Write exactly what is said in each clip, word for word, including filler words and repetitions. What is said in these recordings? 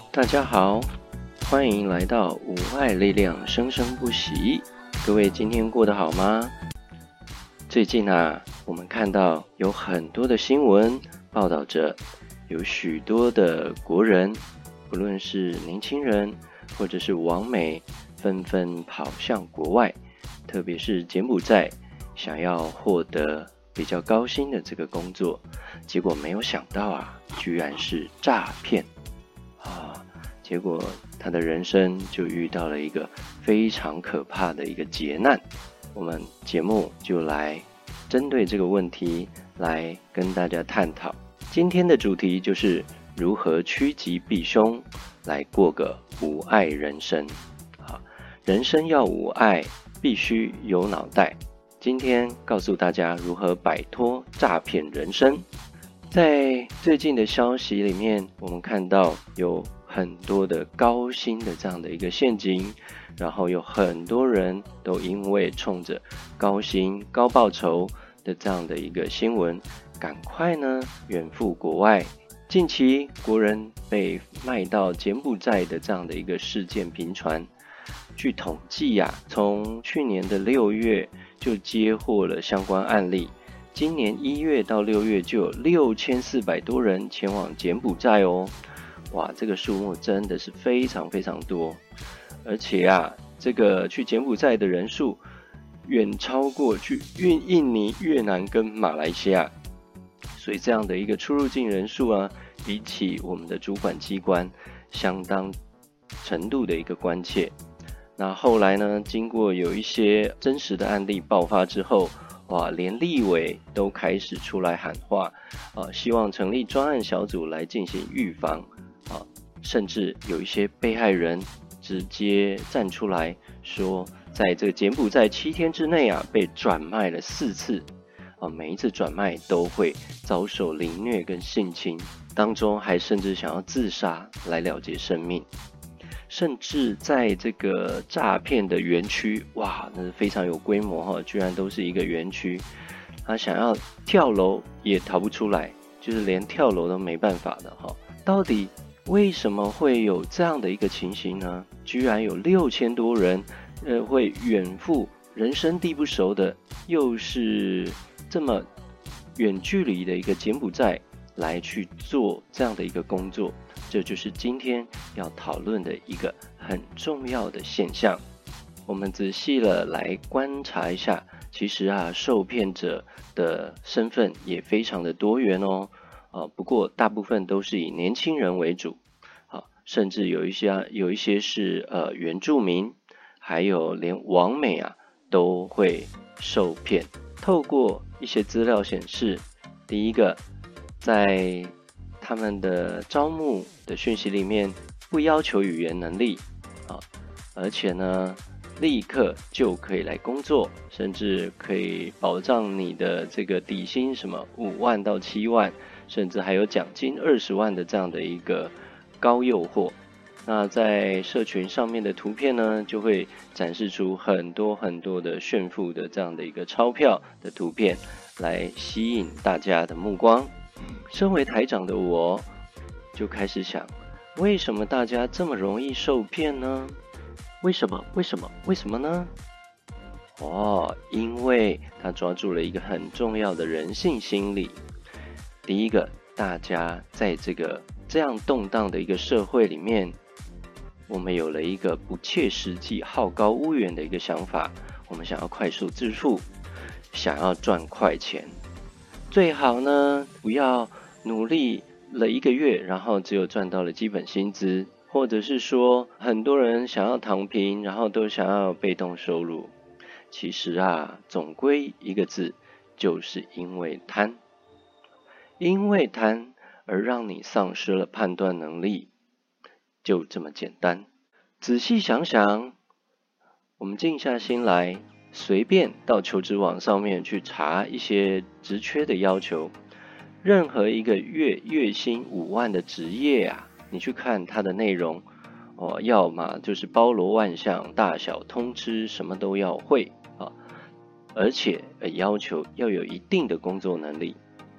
大家好，欢迎来到无爱力量生生不息。各位今天过得好吗？最近啊，我们看到有很多的新闻报道着，有许多的国人，不论是年轻人或者是网美，纷纷跑向国外，特别是柬埔寨，想要获得比较高薪的这个工作，结果没有想到啊，居然是诈骗啊！结果他的人生就遇到了一个非常可怕的一个劫难。我们节目就来针对这个问题来跟大家探讨。今天的主题就是如何趋吉避凶，来过个无碍人生。好，人生要无碍，必须有脑袋。今天告诉大家如何摆脱诈骗人生。在最近的消息里面，我们看到有很多的高薪的这样的一个陷阱，然后有很多人都因为冲着高薪高报酬的这样的一个新闻，赶快呢远赴国外。近期国人被卖到柬埔寨的这样的一个事件频传，据统计呀、啊，从去年的六月就接获了相关案例，今年一月到六月就有六千四百多人前往柬埔寨哦。哇，这个数目真的是非常非常多，而且啊，这个去柬埔寨的人数远超过去印印尼、越南跟马来西亚，所以这样的一个出入境人数啊，比起我们的主管机关相当程度的一个关切。那后来呢，经过有一些真实的案例爆发之后，哇，连立委都开始出来喊话，啊，希望成立专案小组来进行预防。啊，甚至有一些被害人直接站出来说，在这个柬埔寨七天之内啊，被转卖了四次，啊，每一次转卖都会遭受凌虐跟性侵，当中还甚至想要自杀来了结生命，甚至在这个诈骗的园区，哇，那是非常有规模哈，居然都是一个园区，他想要跳楼也逃不出来，就是连跳楼都没办法的哈，到底为什么会有这样的一个情形呢？居然有六千多人，呃，会远赴人生地不熟的，又是这么远距离的一个柬埔寨来去做这样的一个工作，这就是今天要讨论的一个很重要的现象。我们仔细了来观察一下，其实啊，受骗者的身份也非常的多元哦。啊，不过大部分都是以年轻人为主，啊，甚至有一些有一些是呃原住民，还有连网美啊都会受骗。透过一些资料显示，第一个，在他们的招募的讯息里面不要求语言能力，啊，而且呢，立刻就可以来工作，甚至可以保障你的这个底薪什么五万到七万。甚至还有奖金二十万的这样的一个高诱惑。那在社群上面的图片呢，就会展示出很多很多的炫富的这样的一个钞票的图片，来吸引大家的目光。身为台长的我，就开始想，为什么大家这么容易受骗呢？为什么？为什么？为什么呢？哦，因为他抓住了一个很重要的人性心理。第一个，大家在这个这样动荡的一个社会里面，我们有了一个不切实际、好高骛远的一个想法，我们想要快速致富，想要赚快钱，最好呢不要努力了一个月，然后只有赚到了基本薪资，或者是说很多人想要躺平，然后都想要被动收入。其实啊，总归一个字，就是因为贪。因为贪而让你丧失了判断能力，就这么简单。仔细想想，我们静下心来，随便到求职网上面去查一些职缺的要求，任何一个月月薪五万的职业啊，你去看它的内容，哦，要么就是包罗万象，大小通吃，什么都要会啊，而且要求要有一定的工作能力。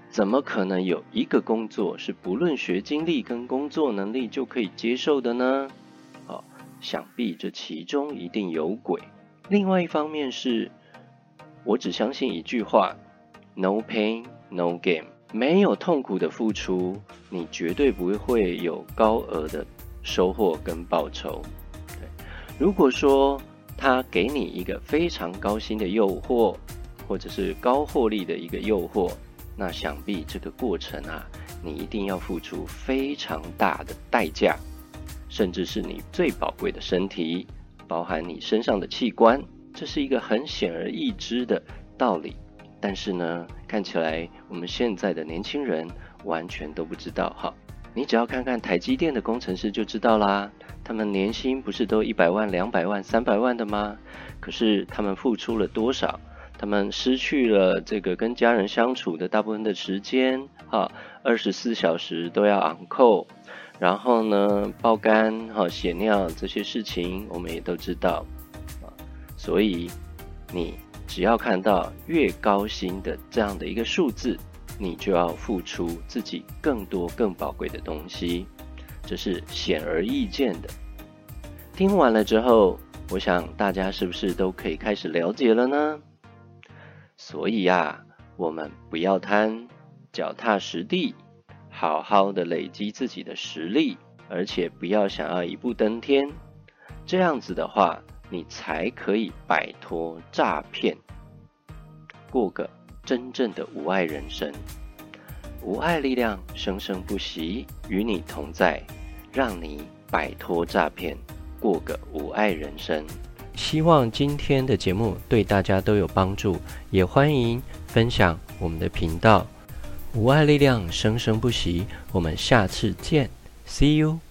怎么可能有一个工作是不论学经历跟工作能力就可以接受的呢？哦，想必这其中一定有鬼。另外一方面是，我只相信一句话 ：No pain, no gain。没有痛苦的付出，你绝对不会有高额的收获跟报酬。对，如果说他给你一个非常高薪的诱惑，或者是高获利的一个诱惑，那想必这个过程啊，你一定要付出非常大的代价，甚至是你最宝贵的身体，包含你身上的器官，这是一个很显而易知的道理。但是呢，看起来我们现在的年轻人完全都不知道哈。你只要看看台积电的工程师就知道啦，他们年薪不是都一百万、两百万、三百万的吗？可是他们付出了多少？他们失去了这个跟家人相处的大部分的时间，哈，二十四小时都要 on call， 然后呢，爆肝、哈血尿这些事情我们也都知道，所以你只要看到越高薪的这样的一个数字，你就要付出自己更多更宝贵的东西，这是显而易见的。听完了之后，我想大家是不是都可以开始了解了呢？所以啊，我们不要贪，脚踏实地，好好的累积自己的实力，而且不要想要一步登天。这样子的话，你才可以摆脱诈骗，过个真正的无碍人生。无碍力量生生不息，与你同在，让你摆脱诈骗，过个无碍人生。希望今天的节目对大家都有帮助，也欢迎分享我们的频道。无碍力量生生不息，我们下次见 ，See you。